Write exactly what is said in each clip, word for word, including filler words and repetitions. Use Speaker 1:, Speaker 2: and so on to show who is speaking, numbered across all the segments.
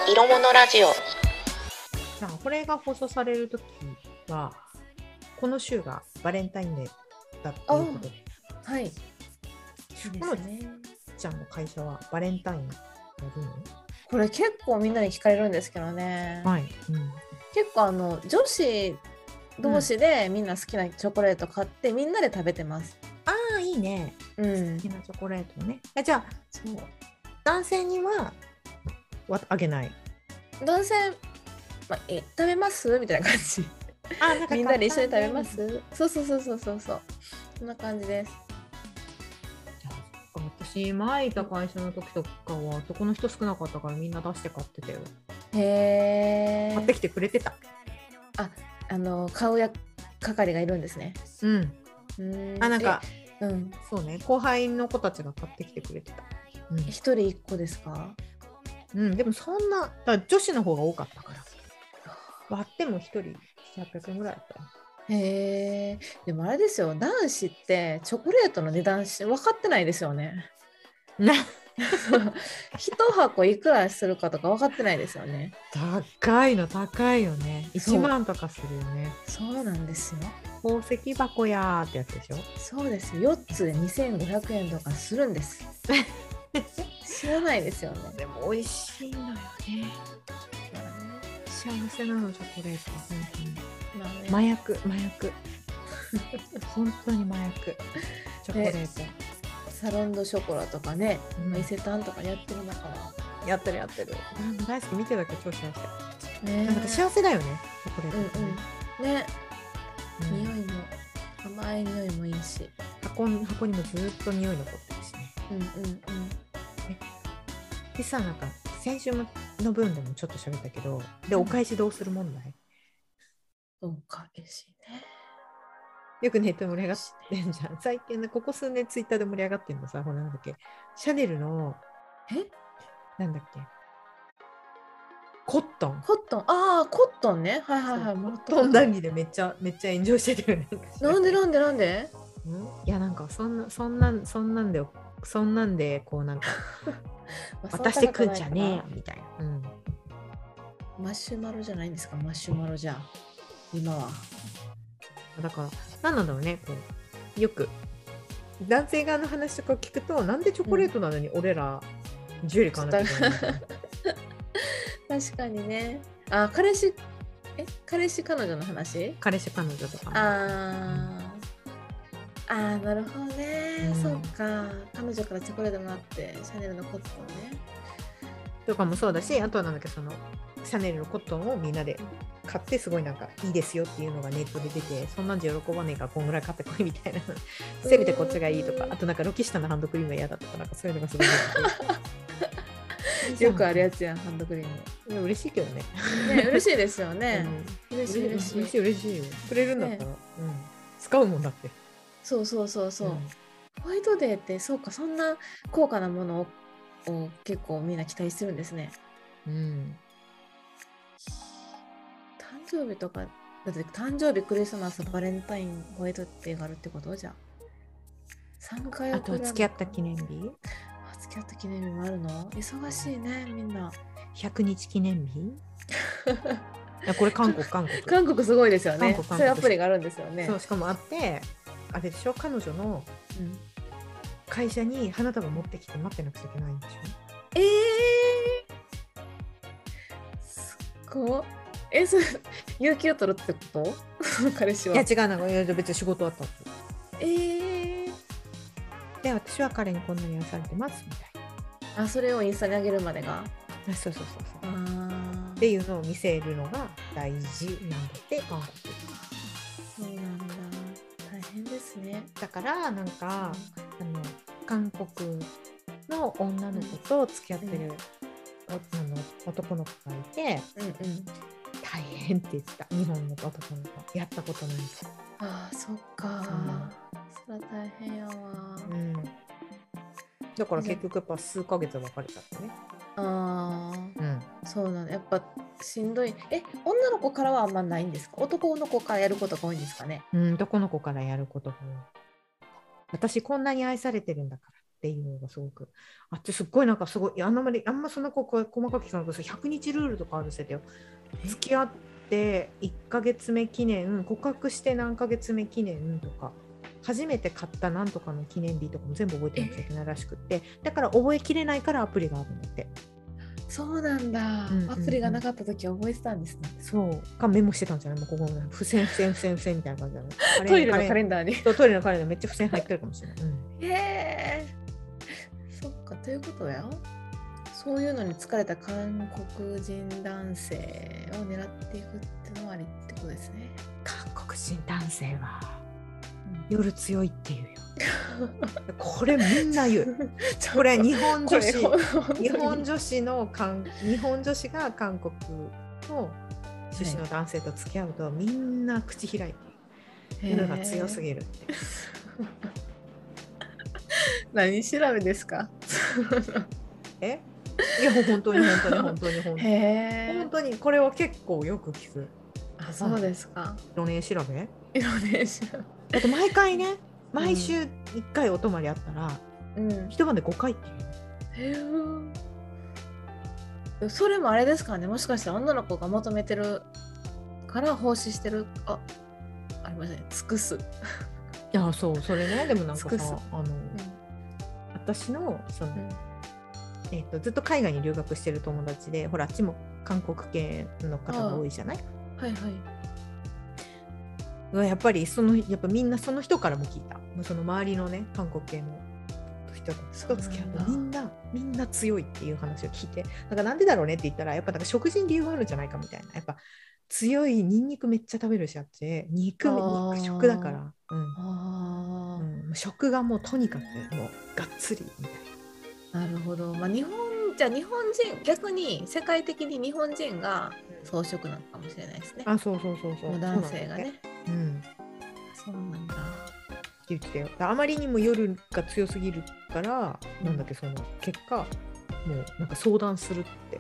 Speaker 1: 色物ラジオ。
Speaker 2: さあこれが放送されるときはこの週がバレンタインデーだっていうことで、
Speaker 1: はい。いい
Speaker 2: ですね。ちゃんの会社はバレンタインやるの？
Speaker 1: これ結構みんなに聞かれるんですけどね。
Speaker 2: はい、うん、
Speaker 1: 結構あの女子同士でみんな好きなチョコレート買ってみんなで食べてます。
Speaker 2: ああいいね、
Speaker 1: うん、
Speaker 2: 好きなチョコレートね。あじゃあ
Speaker 1: そう
Speaker 2: 男性にはわあげない？
Speaker 1: 男性、まあ、え食べますみたいな感じ。
Speaker 2: あなんか
Speaker 1: みんなで一緒に食べます。そうそうそうそうそうそう、そんな感じです。
Speaker 2: 私前いた会社の時とかは男の人少なかったからみんな出して買ってたよ。
Speaker 1: へえ。
Speaker 2: 買ってきてくれてた。
Speaker 1: あ、あの買うや係がいるんですね。
Speaker 2: うん。
Speaker 1: うーん
Speaker 2: あなんか、
Speaker 1: うん、
Speaker 2: そうね、後輩の子たちが買ってきてくれてた。うん、
Speaker 1: 一人一個ですか？
Speaker 2: うん、でもそんな、だから女子の方が多かったから、割っても一人ななひゃくえんぐらいだったよ。
Speaker 1: へえ。でもあれですよ、男子ってチョコレートの値段し分かってないですよね。一箱いくらするかとか分かってないですよね。
Speaker 2: 高いの高いよね。
Speaker 1: そう
Speaker 2: いちまんとかするよね。
Speaker 1: そうなんですよ。
Speaker 2: 宝石箱やーってやつでしょ。
Speaker 1: そうですよ、よっつでにせんごひゃくえんとかするんです。知らないですよね。
Speaker 2: でも美味しいのよね。幸せなのチョコレートは本当に、
Speaker 1: まあね、
Speaker 2: 麻薬麻薬本当に麻薬チョコレート。
Speaker 1: サロンドショコラとかね、
Speaker 2: うん
Speaker 1: 伊勢丹とかやってるのかな。
Speaker 2: やってるやってる。大好き、見てるだけ超幸せ。
Speaker 1: ね、
Speaker 2: なんか幸せだよねチョコレートってね。
Speaker 1: うんうんね、
Speaker 2: うん、
Speaker 1: 匂いも甘い匂いもいいし、
Speaker 2: 箱に箱にもずっと匂い残ってるしね。
Speaker 1: うんうんうん。
Speaker 2: でさ、なんか先週の分でもちょっと喋ったけど、でお返しどうする問題、
Speaker 1: お返しね。
Speaker 2: よくネットで盛り上がってんじゃん。最近ね、ここ数年ツイッターで盛り上がってんのさ、ほらなんだっけ、シャネルの
Speaker 1: え
Speaker 2: なんだっけ、コットン。
Speaker 1: コットン、ああ、コットンね。はいはいはい。
Speaker 2: コッ
Speaker 1: もっと
Speaker 2: トン談義でめっちゃめっちゃ炎上してるよね。
Speaker 1: なんでなんでなんで
Speaker 2: うん、いやなんかそんなそんなんそんなんでそんなんでこうなんか渡してくんじゃねえよみたいな、うん、
Speaker 1: マシュマロじゃないんですか？マシュマロじゃあ今は。
Speaker 2: だから何なんだろうね、こうよく男性側の話とか聞くと、なんでチョコレートなのに俺らジュエリー買わなきゃいけないの、
Speaker 1: うん、確かにね。あ、彼氏え彼氏彼女の話？
Speaker 2: 彼氏彼女とかも。
Speaker 1: あー、あー、なるほどね、
Speaker 2: うん、
Speaker 1: そうか。彼女からチョコレートもらってシャネルのコットンね
Speaker 2: とかもそうだし、あとはなんだっけ、そのシャネルのコットンをみんなで買ってすごいなんかいいですよっていうのがネットで出て、そんなんじゃ喜ばねえからこんぐらい買ってこいみたいなせめてこっちがいいとか、あとなんかロキシタのハンドクリームが嫌だとか、なんかそういうのがすごい
Speaker 1: よくあるやつやん、ハンドクリーム。
Speaker 2: いや嬉しいけどね。
Speaker 1: ね、嬉しいですよね。
Speaker 2: うん、
Speaker 1: 嬉しい嬉しい。
Speaker 2: 嬉しい嬉しいよ。くれるんだったら、
Speaker 1: ね、
Speaker 2: うん、使うもんだって。
Speaker 1: そうそうそうそう。
Speaker 2: うん、
Speaker 1: ホワイトデーってそうか、そんな高価なものを、を結構みんな期待するんですね。
Speaker 2: うん、
Speaker 1: 誕生日とか、だって誕生日、クリスマス、バレンタイン、ホワイトデーがあるってことじゃん。さんかい
Speaker 2: あとは付き合った記念日、
Speaker 1: あ、付き合った記念日もあるの？忙しいね、みんな。
Speaker 2: ひゃくにち記念日いやこれ韓国韓国
Speaker 1: 韓国すごいですよね。
Speaker 2: 韓国韓国
Speaker 1: そういうアプリがあるんですよね。
Speaker 2: そう、しかもあって、あれでしょ、彼女の
Speaker 1: うん、
Speaker 2: 会社に花束持ってきて待ってなくちゃいけないんでしょ。
Speaker 1: えー、すごい。え、それ、有給取るってこと彼氏は。
Speaker 2: いや違うな、別に仕事あったんですよ。
Speaker 1: えー、
Speaker 2: で、私は彼にこんなに愛されてますみたい
Speaker 1: あ、それをインスタに上げるまでが。
Speaker 2: な。そうそうそうそう。
Speaker 1: あ
Speaker 2: っていうのを見せるのが大事なんだって韓国。
Speaker 1: そうなんだ。大変ですね。
Speaker 2: だからなんかあの韓国の女の子と付き合ってる、うん、あの男の子がいて、
Speaker 1: うんうん、
Speaker 2: 大変って言ってた。日本の男の子やったことないし。
Speaker 1: ああ、そっか、うん、そりゃ大変やわ、
Speaker 2: うん、だから結局やっぱ数ヶ月別れちゃったね。
Speaker 1: ああ、
Speaker 2: うん、
Speaker 1: そうなの。やっぱしんどい。え、女の子からはあんまないんですか？男の子からやることが多いんですかね？
Speaker 2: うん、男の子からやることが多い。私こんなに愛されてるんだからっていうのがすごくあって、すっごいなんかすごいあんまりあんまそんなこう細かく聞かなくてひゃくにちルールとかあるせてよ。付き合っていっかげつめ記念、告白して何ヶ月目記念とか、初めて買ったなんとかの記念日とかも全部覚えてなきゃいけないらしくって、だから覚えきれないからアプリがあるんだって。
Speaker 1: そうなんだ、
Speaker 2: うんうんうん、
Speaker 1: アプリがなかった時は覚えてたんですね。
Speaker 2: そうか、メモしてたんじゃない、もうここの付箋付箋付箋付箋みたいな感じだね。
Speaker 1: トイレのカレンダーに
Speaker 2: そう、トイレのカレンダーめっちゃ付箋入ってるかもしれない、うん、
Speaker 1: へえ、そっか、ということや、そういうのに疲れた韓国人男性を狙っていくってのはありってことですね。
Speaker 2: 韓国人男性は夜強いっていうよこれみんな言うこれ日本女子日本女子の韓日本女子が韓国の出身の男性と付き合うと、はい、みんな口開いて夜が強すぎるって
Speaker 1: 何調べですか
Speaker 2: えいや本当に本当に本当に本当に本当にこれは結構よく聞く。
Speaker 1: あ、そうですか。
Speaker 2: 色ね調べ
Speaker 1: 色ね調べ
Speaker 2: だって毎回ね、毎週いっかいお泊まりあったら、うん、一晩でごかいっていう。
Speaker 1: へえ。それもあれですかね、もしかして女の子が求めてるから奉仕してる、あ、ありません、ね、尽くす。
Speaker 2: いや、そう、それね、でもなんかさ、あの、うん、私のその、うん、えーと、ずっと海外に留学してる友達で、ほらあっちも韓国系の方が多いじゃない？
Speaker 1: はいはい。
Speaker 2: やっぱりそのやっぱみんなその人からも聞いた。その周りのね韓国系の人と付き合うとみんなみんな強いっていう話を聞いて、なんかなんでだろうねって言ったら、やっぱなんか食事に理由があるんじゃないかみたいな。やっぱ強いニンニクめっちゃ食べるし、あっち肉肉食だから、うん、あ、うん、食がもうとにかくもうがっつりみたい
Speaker 1: な。なるほど。まあ日本じゃあ日本人、逆に世界的に日本人が草食なのかもしれないですね。
Speaker 2: あ、そうそうそうそう。
Speaker 1: 男性がね。
Speaker 2: うん。
Speaker 1: そうなんだ。
Speaker 2: 言ってたよ。あまりにも夜が強すぎるから、うん、なんだっけ、その結果もうなんか相談するっていう。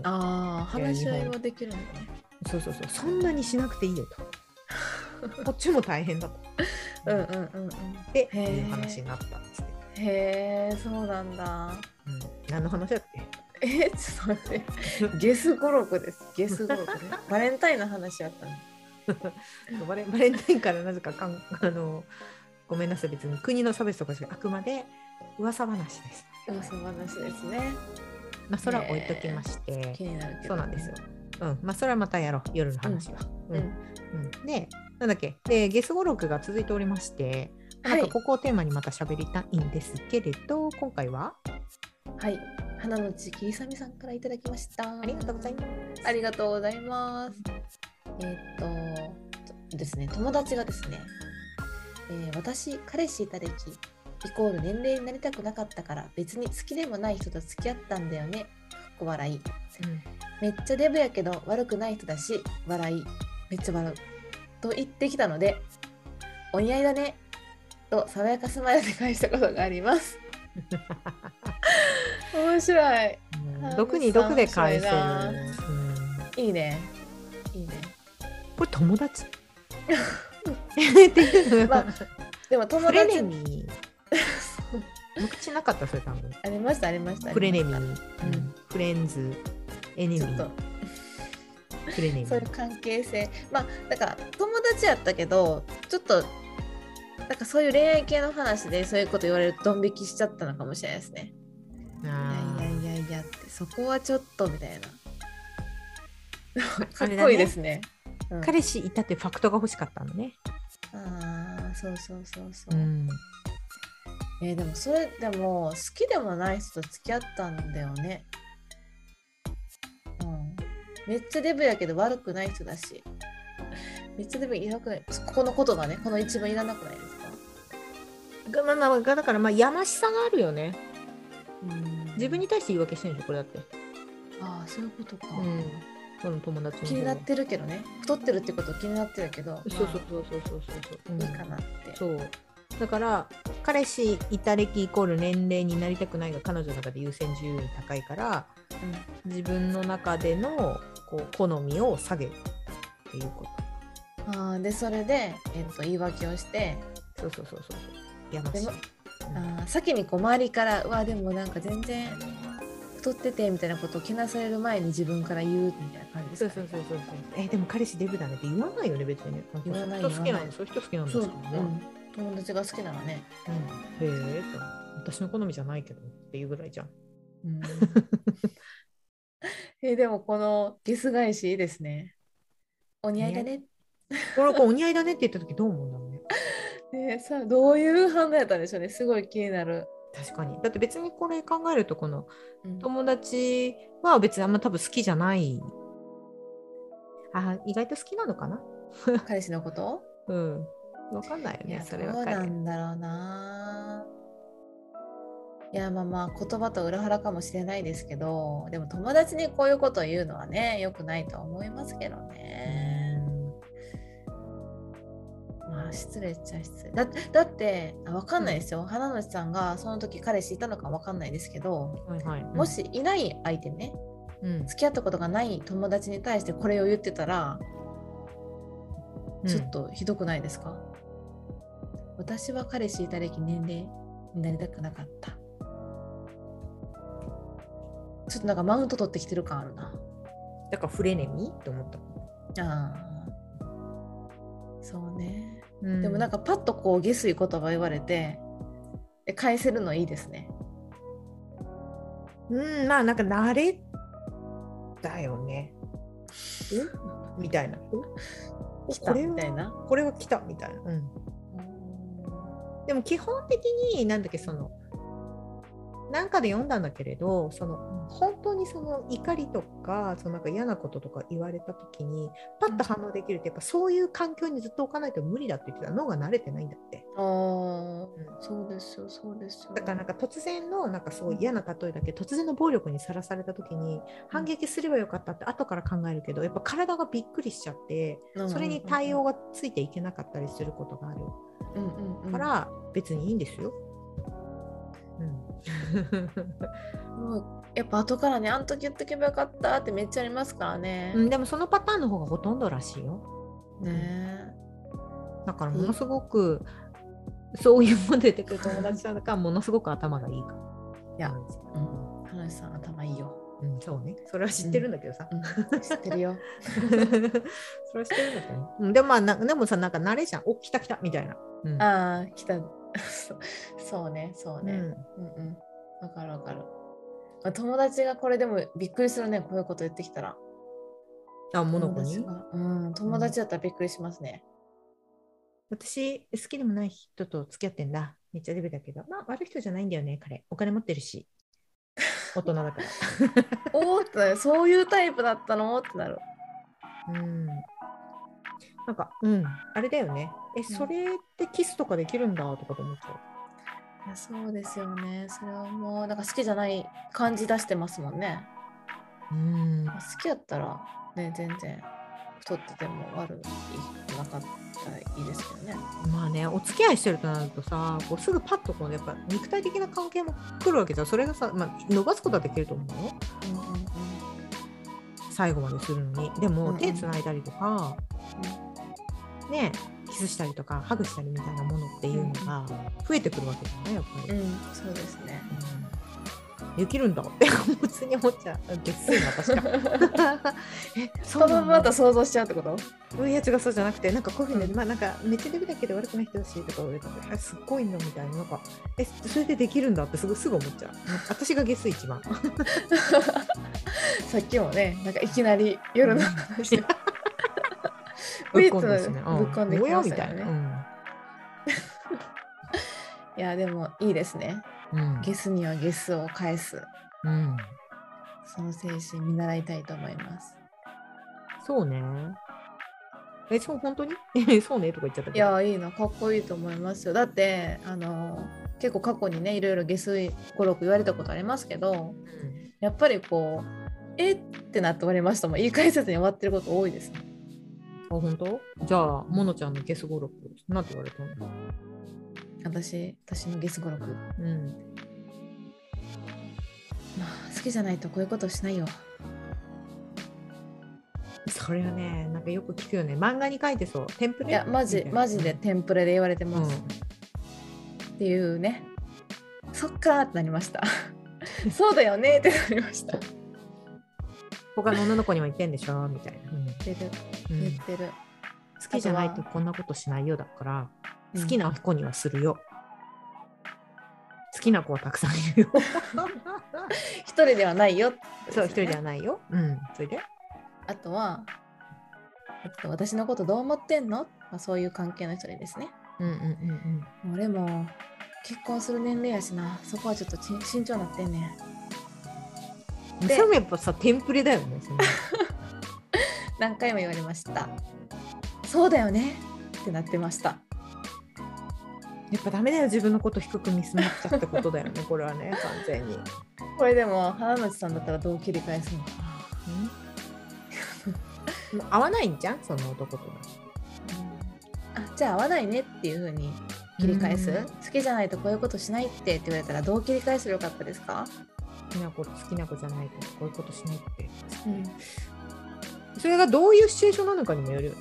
Speaker 1: ああ、話し合いはできるんだね。
Speaker 2: そうそうそう。そんなにしなくていいよと。こっちも大変だと。
Speaker 1: うんうんうんうん。
Speaker 2: で、いう話になったんですね。
Speaker 1: へえ、そうなんだ。
Speaker 2: うん、何の話だっけ？
Speaker 1: え、ちょっと待って。ゲス語録です。ゲス語録ね。バレンタインの話やったの。
Speaker 2: バレバレンタインからなぜかかんあのごめんなさい、別に国の差別とかじゃあくまで噂話です。
Speaker 1: 噂話ですね。
Speaker 2: まあそれは置いときまして、
Speaker 1: 気になるけど、
Speaker 2: そうなんですよ。うん、まあそれはまたやろう、夜の話は。うんうんうん、で、なんだっけ、でゲス語録が続いておりまして、なんかここをテーマにまた喋りたいんですけれど、はい、今回は
Speaker 1: はい、花のちきりさみさんからいただきました。
Speaker 2: ありがとうございます。
Speaker 1: ありがとうございます。えー、っとですね、友達がですね、えー、私彼氏いた歴イコール年齢になりたくなかったから別に好きでもない人と付き合ったんだよね。かっこ笑い、うん、めっちゃデブやけど悪くない人だし笑い、めっちゃ笑うと言ってきたので、お似合いだねと爽やかスマイルで返したことがあります。面白い。
Speaker 2: 毒に毒で返せる、
Speaker 1: うん、いいねいいね。
Speaker 2: これ友達っていうのが、まあ、
Speaker 1: でも友達
Speaker 2: フレネミー昔なかった？それ多分
Speaker 1: ありましたありました。
Speaker 2: フレネミー、うん、フレンズ、エネミー、フレネミー、
Speaker 1: そういう関係性、まあだから友達やったけどちょっとなんかそういう恋愛系の話でそういうこと言われるとドン引きしちゃったのかもしれないですね。あ、いやいやいやいやってそこはちょっとみたいな。かっこいいですね。
Speaker 2: うん、彼氏いたってファクトが欲しかったのね。
Speaker 1: ああ、そうそうそうそう。うん、えー、でもそれでも好きでもない人と付き合ったんだよね。うん。めっちゃデブやけど悪くない人だし。めっちゃデブいらなくない。ここのことがね、この一番いらなくないですか？
Speaker 2: まあまあ、だからまあやましさがあるよね。うん、自分に対して言い訳してるんでしょこれだって。
Speaker 1: ああ、そういうことか。
Speaker 2: うん、その友達の
Speaker 1: 気になってるけどね、太ってるってこと気になってるけど、
Speaker 2: そうそうそうそうそうそう、
Speaker 1: いいかなって。
Speaker 2: そうだから彼氏いた歴イコール年齢になりたくないが彼女の中で優先順位高いから、うん、自分の中でのこう好みを下げるっていうこと。
Speaker 1: あでそれで、えっと、言い訳をして、
Speaker 2: そうそうそうそう、やましい。
Speaker 1: でもあ先にこう周りからうわでもなんか全然太っててみたいなことをけなされる前に自分から言うみたいな感じですか、ね、
Speaker 2: そうそうそうそうそう。えでも彼氏デブだねって言わないよね別にね。
Speaker 1: 言わない
Speaker 2: そういう人好きな
Speaker 1: 言わない
Speaker 2: の、そういう人好きなんです
Speaker 1: そう、
Speaker 2: けどね。
Speaker 1: うん、友達が好きなのね、
Speaker 2: うん、へえと私の好みじゃないけどっていうぐらいじゃん。
Speaker 1: うん、えでもこのゲス返しいいですね。お似合いだね。
Speaker 2: これこうお似合いだねって言った時どう思うんだろうね。
Speaker 1: ねさあどういう反応やったんでしょうね。すごい気になる。
Speaker 2: 確かに。だって別にこれ考えるとこの
Speaker 1: うん
Speaker 2: 友達は別にあんま多分好きじゃない。あ意外と好きなのかな。
Speaker 1: 彼氏のこと？
Speaker 2: うん。わかんないよね。
Speaker 1: いや
Speaker 2: それは
Speaker 1: どうな
Speaker 2: 彼。
Speaker 1: んだろうな。いやまあまあ言葉と裏腹かもしれないですけど、でも友達にこういうことを言うのはね良くないと思いますけどね。まあ失礼っちゃ失礼だ、だってあ分かんないですよ、うん、花主さんがその時彼氏いたのか分かんないですけど、
Speaker 2: はいはいうん、
Speaker 1: もしいない相手ね、うん、付き合ったことがない友達に対してこれを言ってたら、うん、ちょっとひどくないですか？私は彼氏いた歴年齢になりたくなかった。ちょっとなんかマウント取ってきてる感あるな。
Speaker 2: だからフレネミって思った。
Speaker 1: ああそうね、うん、でもなんかパッとこう下水言葉言われて返せるのいいですね。
Speaker 2: うんまあなんか慣れだよね。んみたいな。
Speaker 1: 来たみたいな。
Speaker 2: これは来たみたいな。うん、でも基本的になんだっけそのなんかで読んだんだけれど、その本当にその怒りとかそのなんか嫌なこととか言われた時にパッと反応できるってやっぱそういう環境にずっと置かないと無理だって言ってた。脳が慣れてないんだって。
Speaker 1: ああ、うん、そうですよそうですよ。
Speaker 2: だからなんか突然のなんかそう嫌な例えだけど、突然の暴力にさらされた時に反撃すればよかったって後から考えるけど、やっぱ体がびっくりしちゃってそれに対応がついていけなかったりすることがある、うんうんうん、から別にいいんですよ。
Speaker 1: うん、もうやっぱ後からねあの時言っとけばよかったってめっちゃありますからね、
Speaker 2: うん、でもそのパターンの方がほとんどらしいよ、
Speaker 1: ね、
Speaker 2: うん、だからものすごくそういうもの出てくる友達さんだからものすごく頭がいいか
Speaker 1: いや、うん、話さん頭いいよ、
Speaker 2: うん、そうねそれは知ってるんだけどさ、
Speaker 1: うんうん、知ってるよ
Speaker 2: それは知ってるんだけど、うん、でもまあなでもさなんか慣れじゃんお来た来たみたいな、
Speaker 1: うん、ああ来たそうねそうね、うん、うんうんわかるわかる。友達がこれでもびっくりするね、こういうこと言ってきたら。
Speaker 2: あ、モノコに？
Speaker 1: うん、友達だったらびっくりしますね。
Speaker 2: うん、私好きでもない人と付き合ってんだ。めっちゃデブだけど、まあ悪い人じゃないんだよね彼。お金持ってるし大人だから
Speaker 1: おーってそういうタイプだったのってなる。
Speaker 2: うんなんかうんあれだよね。え、それってキスとかできるんだとかと思っちゃう。
Speaker 1: いやそうですよね。それはもうなんか好きじゃない感じ出してますもんね。
Speaker 2: うん
Speaker 1: 好きやったらね全然太ってても悪いなかったらいいですけどね。
Speaker 2: まあねお付き合いしてるとなるとさこうすぐパッとこうやっぱ肉体的な関係も来るわけじゃん。それがさ、まあ、伸ばすことはできると思うよ、うんうんうん、最後までするのに。でも、うんうん、手つないだりとか、うん、ねキスしたりとかハグしたりみたいなものっていうのが増えてくるわけだよねやっぱり、
Speaker 1: うん、そうですね、
Speaker 2: うん、できるんだって普通に思っちゃう。月水な確かえ
Speaker 1: そのまた想像しちゃうってこと？
Speaker 2: うんいや違うそうじゃなくてなんかこういうふうに、うん、まあなんかめっちゃデブだけど悪くない人だしとか言われてすっごいのみたいななんかえそれでできるんだってすぐすぐ思っちゃう。私が月水一番
Speaker 1: さっきもねなんかいきなり夜の話、うん
Speaker 2: ぶっ込んでですね。
Speaker 1: ぶっ込んできましたよね。
Speaker 2: うん、
Speaker 1: いやでもいいですね。うん、ゲスにはゲスを返す。うん、その精神見習いたいと思います。
Speaker 2: そうね。え、そう本当に？そうねとか言っちゃったけど。
Speaker 1: いやいいなかっこいいと思いますよ。だってあの結構過去にねいろいろゲス語録言われたことありますけど、うん、やっぱりこうえってなって終わりましたもん言い返せずに終わってること多いですね。
Speaker 2: あ、本当？じゃあ、モノちゃんのゲス語録、なんて言われたの？
Speaker 1: 私、私のゲス語録。うん。まあ、好きじゃないとこういうことしないよ。
Speaker 2: それはね、なんかよく聞くよね。漫画に書いてそう。テンプレ？
Speaker 1: いや、マジ、マジでテンプレで言われてます。うん、っていうね。 そっかーってなりましたそうだよねってなりました
Speaker 2: 他の女の子にも言ってんでしょみたいな、うん
Speaker 1: 言ってる
Speaker 2: うん
Speaker 1: 言ってる、
Speaker 2: 好きじゃないとこんなことしないよだから、好きな子にはするよ、好きな子はたくさんいるよ
Speaker 1: 一人ではないよ、
Speaker 2: そう一人ではないよ、うん、それで
Speaker 1: あとはえっと私のことどう思ってんの、まあ、そういう関係の人にですね、
Speaker 2: うんうんうんうん
Speaker 1: 俺も結婚する年齢やしな、そこはちょっとち慎重になってんねん
Speaker 2: それもやっぱさテンプレだよねその
Speaker 1: 何回も言われました。そうだよねってなってました。
Speaker 2: やっぱダメだよ、自分のこと低く見積もっちゃってことだよねこれはね、完全に。
Speaker 1: これでも花町さんだったらどう切り返すのか
Speaker 2: な。もう合わないんじゃんその男との、
Speaker 1: うん、あじゃあ合わないねっていう風に切り返す、
Speaker 2: うん
Speaker 1: 好きじゃないとこういうことしないってって言われたらどう切り返すればよかったですか？
Speaker 2: 好きな子好きな子じゃないとこういうことしないって、
Speaker 1: うん、
Speaker 2: それがどういうシチュエーションなのかにもよるよね。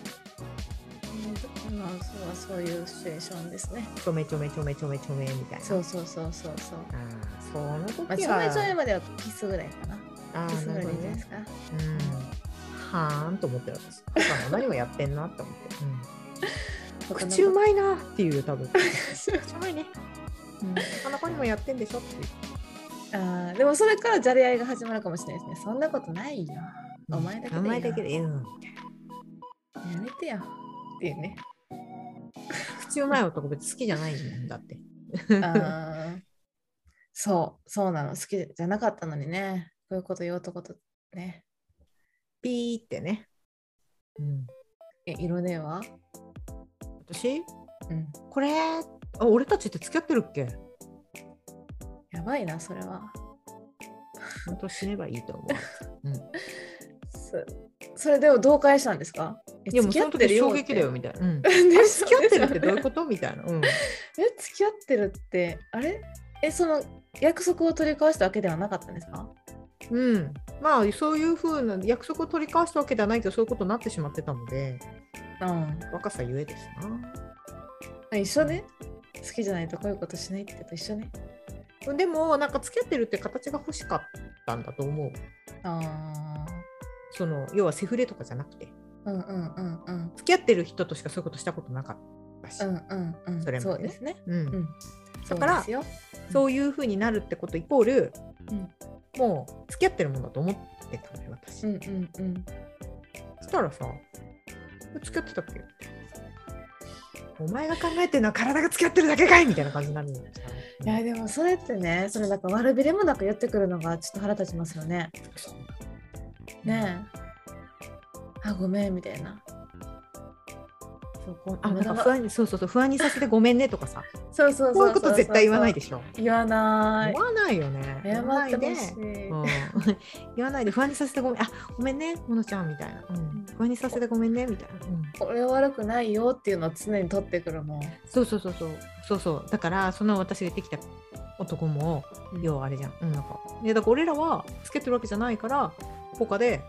Speaker 1: まあそうはそういうシチュエーションですね。
Speaker 2: ちょめちょめちょめちょめちょめみたいな。
Speaker 1: そうそうそうそうそう。
Speaker 2: ああ、その時は。
Speaker 1: まあ、ちょめちょめまではキスぐらいかな。
Speaker 2: あ
Speaker 1: キスぐらいでいいんじゃない
Speaker 2: ね
Speaker 1: ですか。
Speaker 2: うん。はーんと思ってる私。他の何もやってんなって思って。うん、
Speaker 1: 他の
Speaker 2: 口うまいなっていうよ多分。口うまいね。うん。他の子にもやってんでしょっていう。
Speaker 1: あでもそれからじゃれ合いが始まるかもしれないですね。そんなことないよ。お前だけでいいよ。
Speaker 2: お前だけでいいよ。
Speaker 1: やめてよっていうね。
Speaker 2: 口うまい男別に好きじゃないんだって。
Speaker 1: あそうそうなの、好きじゃなかったのにね。こういうこと言う男とね。
Speaker 2: ピーってね。うん。
Speaker 1: え色ねは
Speaker 2: 私、
Speaker 1: うん、
Speaker 2: これあ俺たちって付き合ってるっけ？
Speaker 1: やばいなそれは。
Speaker 2: 本当死ねばいいと思う。うん、
Speaker 1: そ, それでもどう返したんですか？
Speaker 2: いやもうその時衝撃だよみたいな。うん、
Speaker 1: 付
Speaker 2: き合ってるってどういうことみたいな。うん、
Speaker 1: え付き合ってるってあれえその約束を取り交わしたわけではなかったんですか？
Speaker 2: うん、まあそういうふうな約束を取り交わしたわけではないけどそういうことになってしまってたので、
Speaker 1: うん、
Speaker 2: 若さゆえです
Speaker 1: な。一緒ね。好きじゃないとこういうことしないってと一緒ね。
Speaker 2: でもなんか付き合ってるって形が欲しかったんだと思う。
Speaker 1: あ
Speaker 2: その要はセフレとかじゃなくて、
Speaker 1: うんうんうんうん、
Speaker 2: 付き合ってる人としかそういうことしたことなかったし、
Speaker 1: うんうんうん、
Speaker 2: それも、ね、
Speaker 1: そうですね。
Speaker 2: うん
Speaker 1: うん、
Speaker 2: だからそう、そういう風になるってことイコール、うん、もう付き合ってるもんだと思ってたのよ私。
Speaker 1: うんうんうん、
Speaker 2: そしたらさ、付き合ってたっけ？お前が考えてるのは体が付き合ってるだけかいみたいな感じになるんだよ。
Speaker 1: いやでもそれってね、それなんか悪びれもなく言ってくるのがちょっと腹立ちますよね。ねえ、あごめんみたいな。
Speaker 2: そうこうあなんか不安にそうそうそう不安にさせてごめんねとかさ。
Speaker 1: そうそうそうそうそう。
Speaker 2: こういうこと絶対言わないでしょ。
Speaker 1: 言わない。
Speaker 2: 言わないよね。
Speaker 1: 謝ってほしい。
Speaker 2: うん、言わないで不安にさせてごめん。あごめんねモノちゃんみたいな。うん、不安にさせてごめんねみたいな。
Speaker 1: うん、俺は悪くないよっていうのを常に取ってくるもん。
Speaker 2: そうそうそうそうそうそうだからその私が言ってきた男も、うん、要はあれじゃん。うん、なんかねだから俺らは付き合ってるわけじゃないから他で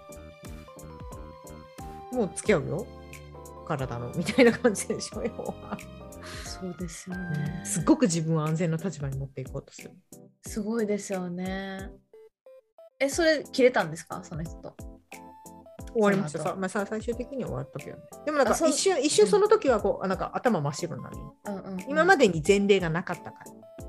Speaker 2: もう付き合うよ。体のみたいな感じでしょよ。
Speaker 1: そうですよね。
Speaker 2: すごく自分を安全な立場に持っていこうとする。
Speaker 1: すごいですよね。え、それ切れたんですかその人と？
Speaker 2: 終わりましたさ、まあ、さ最終的には終わったけどね。でもなんか一瞬一瞬その時はこう、うん、なんか頭真っ白になる、うんうんうん、今までに前例がなかったから。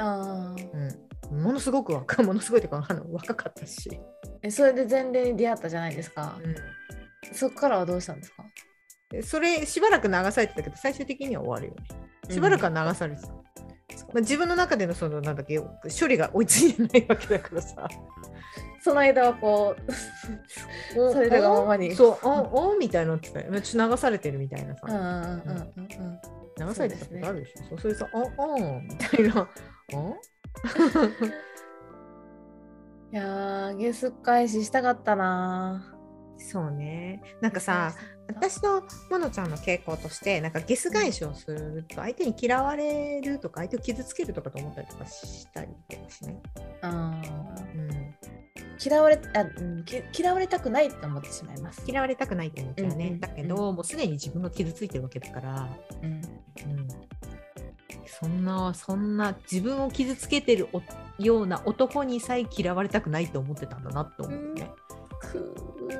Speaker 2: あ、うん、ものすごく若ものすごいというかあの若かったし。
Speaker 1: え、それで前例に出会ったじゃないですか。うん、そこからはどうしたんですか？
Speaker 2: それしばらく流されてたけど最終的には終わるよね。しばらくは流されてた、うん、まあ、自分の中でのそのなんだっけ処理が追いついてないわけだからさ
Speaker 1: その間はこうそれがままに
Speaker 2: そうおおみたいなのってちょっと流されてるみたいなさ、
Speaker 1: うんうんうんうん、
Speaker 2: 流されてたことあるでしょ。そう、それさおおみたいなお
Speaker 1: いやーゲス返ししたかったな。
Speaker 2: そうね、なんかさ私とモノちゃんの傾向としてなんかゲス返しをすると相手に嫌われるとか相手を傷つけるとかと思ったりとかしたりとかしない？あ、
Speaker 1: うん、嫌われあ、うん、嫌われたくないと思ってしまいます。
Speaker 2: 嫌われたくないと思っちゃうね、うんうんうん、だけどもうすでに自分が傷ついてるわけだから、うんうん、 そんなそんな自分を傷つけてるような男にさえ嫌われたくないと思ってたんだなって思うね。
Speaker 1: く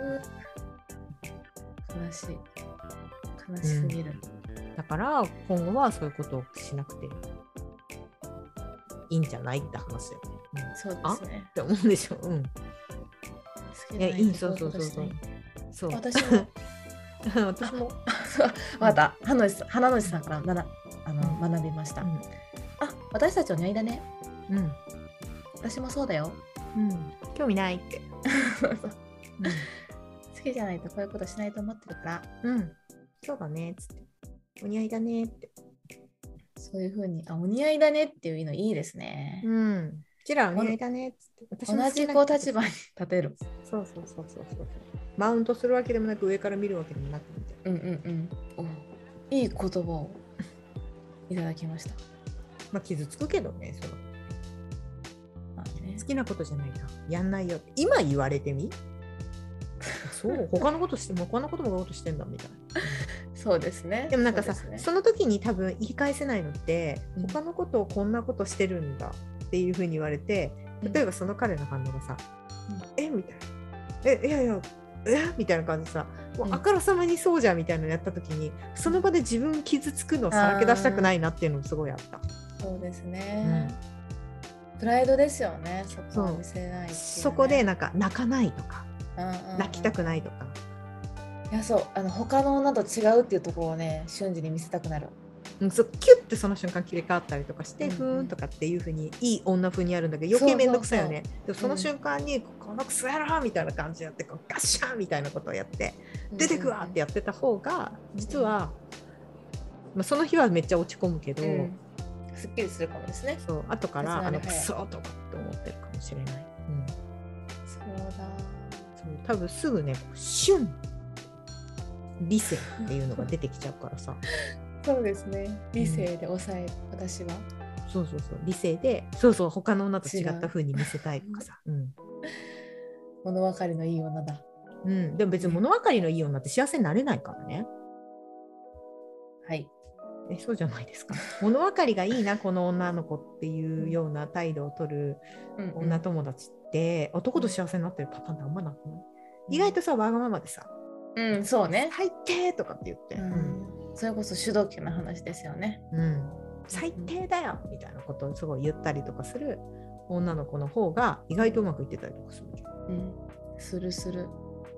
Speaker 1: 悲しい悲しすぎる、
Speaker 2: うん、だから今後はそういうことをしなくていいんじゃないって話よ、
Speaker 1: うん、そうですね
Speaker 2: って思うんでしょ。うん。
Speaker 1: 好きじゃない
Speaker 2: そうそうそうそうそう。
Speaker 1: 私も
Speaker 2: 私も
Speaker 1: また花之さんからならあの、うん、学びました、うん、あ、私たちお似合いだね。うん。私もそうだよ。
Speaker 2: うん。興味ないって。
Speaker 1: そうそう、うん。好きじゃないとこういうことしないと思ってるから。
Speaker 2: うん。そうだねっつって。お似合いだねって。
Speaker 1: そういう風に、あ、お似合いだねっていうのいいですね。
Speaker 2: うん。うちらお似合いだねっつって。
Speaker 1: 私同じこう立場に立てる。
Speaker 2: そうそうそうそうそう。マウントするわけでもなく上から見るわけでもなくみたいな。
Speaker 1: うんうんうん。いい言葉をいただきました。
Speaker 2: まあ傷つくけどね、その。まあね、好きなことじゃないか。やんないよ。今言われてみ。そう他のことしても他のこともやろうとしてんだみたいな。
Speaker 1: そうですね。
Speaker 2: でもなんかさ そ,、ね、その時に多分言い返せないのって、うん、他のことをこんなことしてるんだっていうふうに言われて、例えばその彼の反応がさ、うん、えみたいな、えいやいやえみたいな感じでさ、もうあからさまにそうじゃんみたいなのやった時に、うん、その場で自分傷つくのをさらけ出したくないなっていうのもすごいあった。
Speaker 1: そうですね、うん、プライドですよね。そこは見せない、ね、
Speaker 2: そこでなんか泣かないとか、うんうんうん、泣きたくないとか、
Speaker 1: いやそうあの他の女と違うっていうところをね瞬時に見せたくなる、
Speaker 2: うん、そうキュッてその瞬間切り替わったりとかして、うんうん、ふーんとかっていう風にいい女風にやるんだけど余計めんどくさいよね。そうそうそう、でもその瞬間に、うん、このクソやろみたいな感じでやってこうガッシャンみたいなことをやって、うんうん、出てくわってやってた方が実は、うんまあ、その日はめっちゃ落ち込むけど、うん、
Speaker 1: すっきりするかもですね。
Speaker 2: そう後からあのクソとかって思ってるかもしれない、うん、
Speaker 1: そうだ
Speaker 2: そう多分すぐねシュン理性っていうのが出てきちゃうからさ
Speaker 1: そうですね、理性で抑える、うん、私は
Speaker 2: そうそうそう理性でそうそう他の女と違った風に見せたいとかさ、うん、
Speaker 1: 物分かりのいい女だ、
Speaker 2: うん、でも別に物分かりのいい女って幸せになれないからね。
Speaker 1: はい
Speaker 2: えそうじゃないですか。物分かりがいいなこの女の子っていうような態度を取る女友達って、うんうん、男と幸せになってるパターンってあんまなくない、うん、意外とさわがままでさ、
Speaker 1: うん、そうね。
Speaker 2: 最低とかって言って、
Speaker 1: うん、それこそ主導権の話ですよね。
Speaker 2: うん、最低だよみたいなことをすごい言ったりとかする女の子の方が意外とうまくいってたりとかする。
Speaker 1: うん、するする。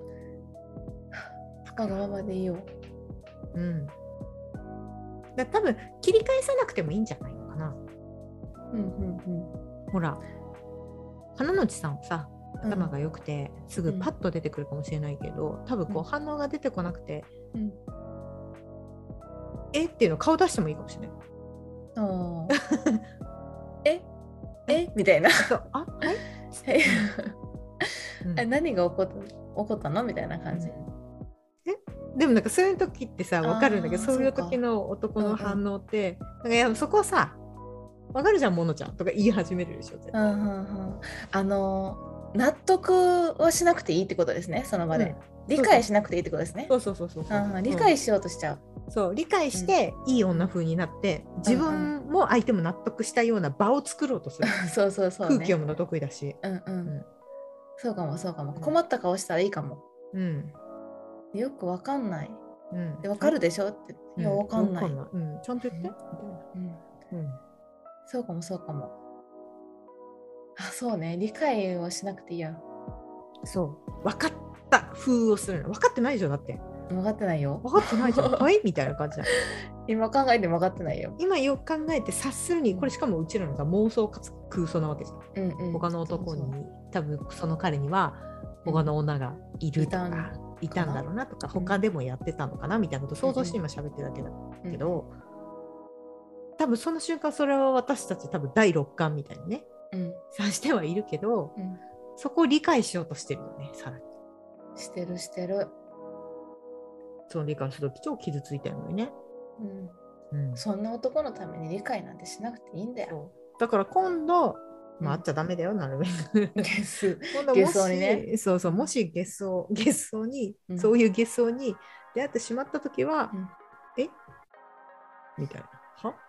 Speaker 1: わがままでいいよ。
Speaker 2: うん。だ多分切り返さなくてもいいんじゃないのかな。
Speaker 1: うんうんうん。
Speaker 2: ほら、花の内さんさ。頭が良くて、うん、すぐパッと出てくるかもしれないけど、うん、多分こう反応が出てこなくて、うん、えっていうの顔出してもいいかもしれない。あ
Speaker 1: ええみたいな。
Speaker 2: あはい
Speaker 1: うん、何が起こった、起こったのみたいな感じ。
Speaker 2: えでもなんかそういう時ってさ分かるんだけど、そういう時の男の反応って、うんうん、なんかいやそこはさ分かるじゃんモノちゃんとか言い始めるでしょ絶対。うんうんうん、
Speaker 1: あの納得はしなくていいってことですね、その場で、うん、理解しなくていいってことですね。
Speaker 2: そうそうそうそうそう、
Speaker 1: うん、理解しようとしちゃう、
Speaker 2: そう理解していい女風になって、うん、自分も相手も納得したような場を作ろうとする
Speaker 1: そうそうそう、
Speaker 2: ね、空気読むの得意だし、
Speaker 1: うんうんうん、そうかもそうかも、困った顔したらいいかも、うん、よくわかんない、うん、でわかるでしょって、いやわかんない、
Speaker 2: うん、ちゃんと言って、
Speaker 1: うんうん、そうかもそうかも、あそうね、理解をしなくていいや。
Speaker 2: そう分かった風をするの。分かってないでしょだって。
Speaker 1: 分かってないよ。
Speaker 2: 分かってないじゃんはいみたいな感じだ。
Speaker 1: 今考えても分かってないよ。
Speaker 2: 今よく考えて察するに、これしかもうちらのさ妄想かつ空想なわけじゃん、うんうん、他の男にそうそう多分その彼には他の女がいるとか、うん、いたんだろうなとか、他でもやってたのかなみたいなことを想像して今喋ってるだけだけど、うんうん、多分その瞬間それは私たち多分第六感みたいにね、うん、察してはいるけど、うん、そこを理解しようとしてるよね、さらに。
Speaker 1: してるしてる。
Speaker 2: その理解するとき超傷ついてるのにね、
Speaker 1: うんうん、そんな男のために理解なんてしなくていいんだよ。
Speaker 2: だから今度、まあ、会っちゃダメだよ、なるべく。
Speaker 1: ゲス、ゲスにね。
Speaker 2: そうそう、もしゲスを、ゲスに、うん、そういうゲスに出会ってしまったときは、うん、えみたいな。は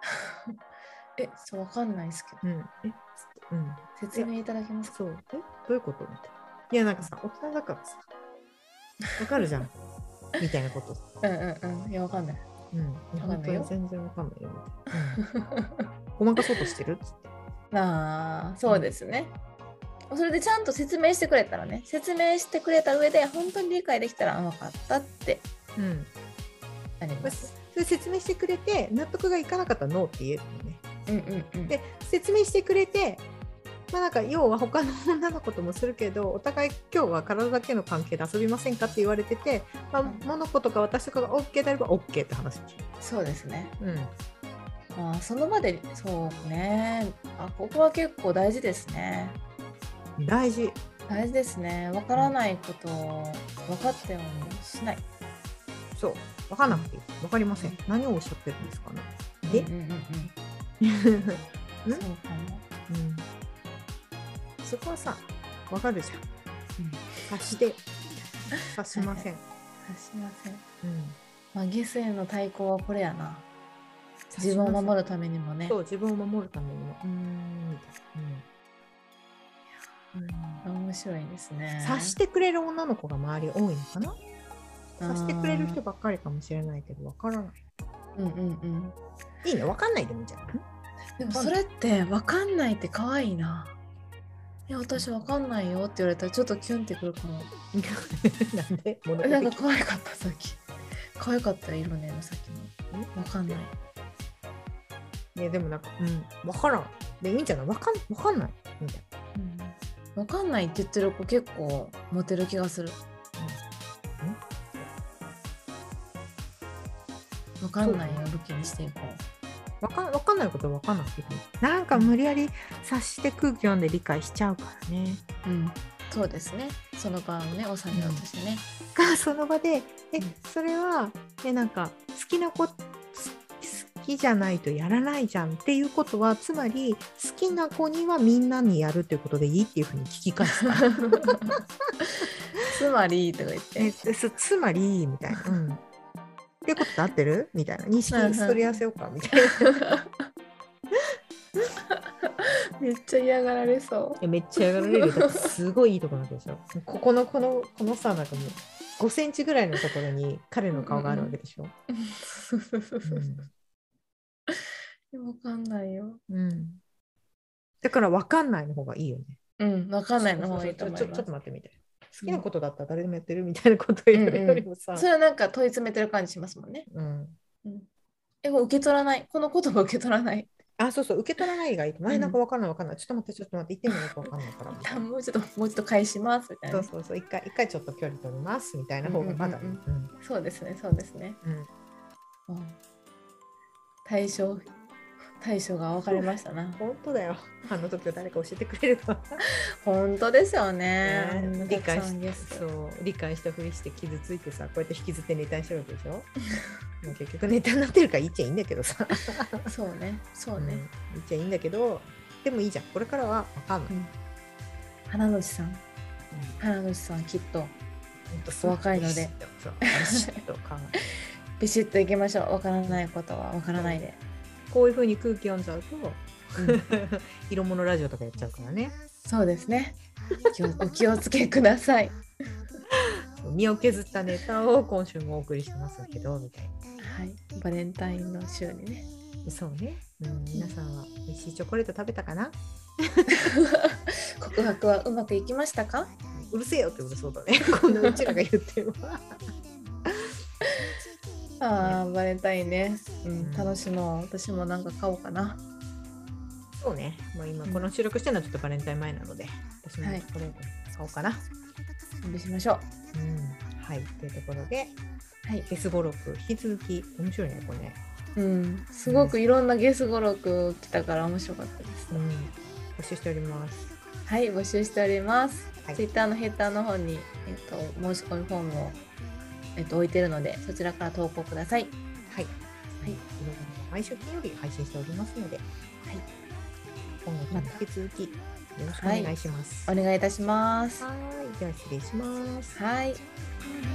Speaker 1: え、そうわかんないですけど。
Speaker 2: うん、え、うん、
Speaker 1: 説明いただけますか？
Speaker 2: そう、え、どういうことみたいな。いや、なんかさ、大人だからさ、わかるじゃん。みたいなこと。
Speaker 1: うんうんうん。いや、わかんない。
Speaker 2: うん、いや本当に
Speaker 1: わかんないよ。
Speaker 2: 全然わかんないよ。みたいな。うん、ごまかそうとしてるっつって。
Speaker 1: ああ、そうですね。それでちゃんと説明してくれたらね、説明してくれた上で本当に理解できたら、あ、分かったって
Speaker 2: うん。
Speaker 1: なります。
Speaker 2: それ説明してくれて、納得がいかなかったらノーって言えるのね。
Speaker 1: うんうんうん。
Speaker 2: で、説明してくれて、まあなんか要は他の女の子ともするけど、お互い今日は体だけの関係で遊びませんかって言われてて、まあ、モノコとか私とかが OK であれば OK って話でしょ。
Speaker 1: そうですね。
Speaker 2: うん。
Speaker 1: あ、その場で、そうね。あ、ここは結構大事ですね。
Speaker 2: 大事。
Speaker 1: 大事ですね。わからないことを分かったようにしない。
Speaker 2: そう。分かんなくていい。分かりません。何をおっしゃってるんですかね。で、
Speaker 1: うんうんうんうん。
Speaker 2: うん
Speaker 1: そうかも。
Speaker 2: うん、そこはさ、分かるじゃん。
Speaker 1: うん、
Speaker 2: 察して、察しません。
Speaker 1: 察しません。
Speaker 2: うん。
Speaker 1: まあ、ゲスへの対抗はこれやな。
Speaker 2: 察しません。
Speaker 1: 自分を守るためにもね。
Speaker 2: そう、自分を守るためにも。うーん、みたいな。うん。
Speaker 1: 面白いですね。
Speaker 2: 察してくれる女の子が周り多いのかな。察してくれる人ばっかりかもしれないけど、分からない。
Speaker 1: うんうんうん。
Speaker 2: いいね、分かんないでもいいんじゃない？
Speaker 1: でもそれって分かんないって可愛いな。いや、私分かんないよって言われたらちょっとキュンってくるかも。
Speaker 2: なんで？
Speaker 1: なんか可愛かったさっき。可愛かった色ねのさっきの。分かんない。
Speaker 2: ね、でもなんか、うん、分からん。で、いいんじゃない？分かん、分かんないみたいな。
Speaker 1: うん、分かんないって言ってる子結構モテる気がする。分かんないを武器にしていこう。
Speaker 2: 分かん、分かんないことは分かんなくていい。なんか無理やり察して空気読んで理解しちゃうからね。
Speaker 1: うん、そうですね。その場をね、お作業としてね。
Speaker 2: が、その場で、え、
Speaker 1: うん、
Speaker 2: それは、え、なんか好きな子、好きじゃないとやらないじゃんっていうことは、つまり好きな子にはみんなにやるっていうことでいいっていうふうに聞き返すから。
Speaker 1: つまりとか言って。
Speaker 2: え、そつまりみたいな。うん。ってことで合ってるみたいな。認識取り合わせようかみたいな。
Speaker 1: めっちゃ嫌がられそう。
Speaker 2: めっちゃやられるよ。だってすごいいいとこなんでしょ。ここのこのこのさ、なんかもうごセンチぐらいのところに彼の顔があるわけでしょ。
Speaker 1: わかんないよ。
Speaker 2: うん。だからわかんないの方がいいよね。
Speaker 1: うん、わかんないの方がいいと思います。
Speaker 2: ちょ、ちょっと待ってみて。好きなことだったら誰でもやってるみたいなことを言うよりもさ、
Speaker 1: うんうん、それはなんか問い詰めてる感じしますもんね。
Speaker 2: うん
Speaker 1: うん、え、もう受け取らない。この言葉受け取らない。
Speaker 2: あ、そうそう、受け取らないがいいと。前なんかわかんないわかんない。ちょっと待って、ちょっと待って、言ってみようかわかんないからみたいな。
Speaker 1: もうちょっと、もうちょっと返しますみたいな。
Speaker 2: そうそうそう、一回、一回ちょっと距離取りますみたいな方がまだ、
Speaker 1: うんうんうんうん、そうですね、そうですね。
Speaker 2: うん、
Speaker 1: うん、対象、対象が分かれましたな。
Speaker 2: 本当だよ。あの時は誰か教えてくれると。
Speaker 1: 本当ですよね。
Speaker 2: ね、理解して、そう、理解したふりして傷ついてさ、こうやって引きずってネタにしてるわけでしょ。もう結局ネタになってるから言っちゃいいんだけどさ。
Speaker 1: そうね、そうね、うん、
Speaker 2: 言っちゃいいんだけど、でもいいじゃん。これからは分かんない。うん、
Speaker 1: 花主さん、うん、花主さんきっとお若いので、ビシッといきましょう。分からないことは分からないで。
Speaker 2: こういう風に空気読んじゃうと、うん、色物ラジオとかやっちゃうからね。
Speaker 1: そうですね。お気をつけください。
Speaker 2: 身を削ったネタを今週もお送りしてますけどみたいな。
Speaker 1: はい、バレンタインの週にね。
Speaker 2: そうね、うん、皆さんは美味しいチョコレート食べたかな。
Speaker 1: 告白はうまくいきましたか。
Speaker 2: うるせえよってうるそうだね。こんなうちらが言ってるわ。
Speaker 1: あー、バレンタインね、うん、楽しもう。私もなんか買おうかな。
Speaker 2: そうね、もう今この収録してるのはちょっとバレンタイン前なので、私もチョコレート買おうかな。
Speaker 1: 準備しましょ
Speaker 2: う。うん、はい、というところで、
Speaker 1: はい、
Speaker 2: ゲス語録引き続き面白いねこれね。
Speaker 1: うん、すごくいろんなゲス語録来たから面白かったです。
Speaker 2: うん、募集しております。
Speaker 1: はい、募集しております。
Speaker 2: はい、
Speaker 1: ツイッターのヘッダーの方に、えっと、申し込みフォームを、えっと、置いてるので、そちらから投稿ください。
Speaker 2: はい。
Speaker 1: はい。
Speaker 2: 毎週金曜日配信しておりますので、はい。今後も引き続きよろしくお願いします。
Speaker 1: はい、お願いいたします。
Speaker 2: はい。では失礼します。
Speaker 1: はい。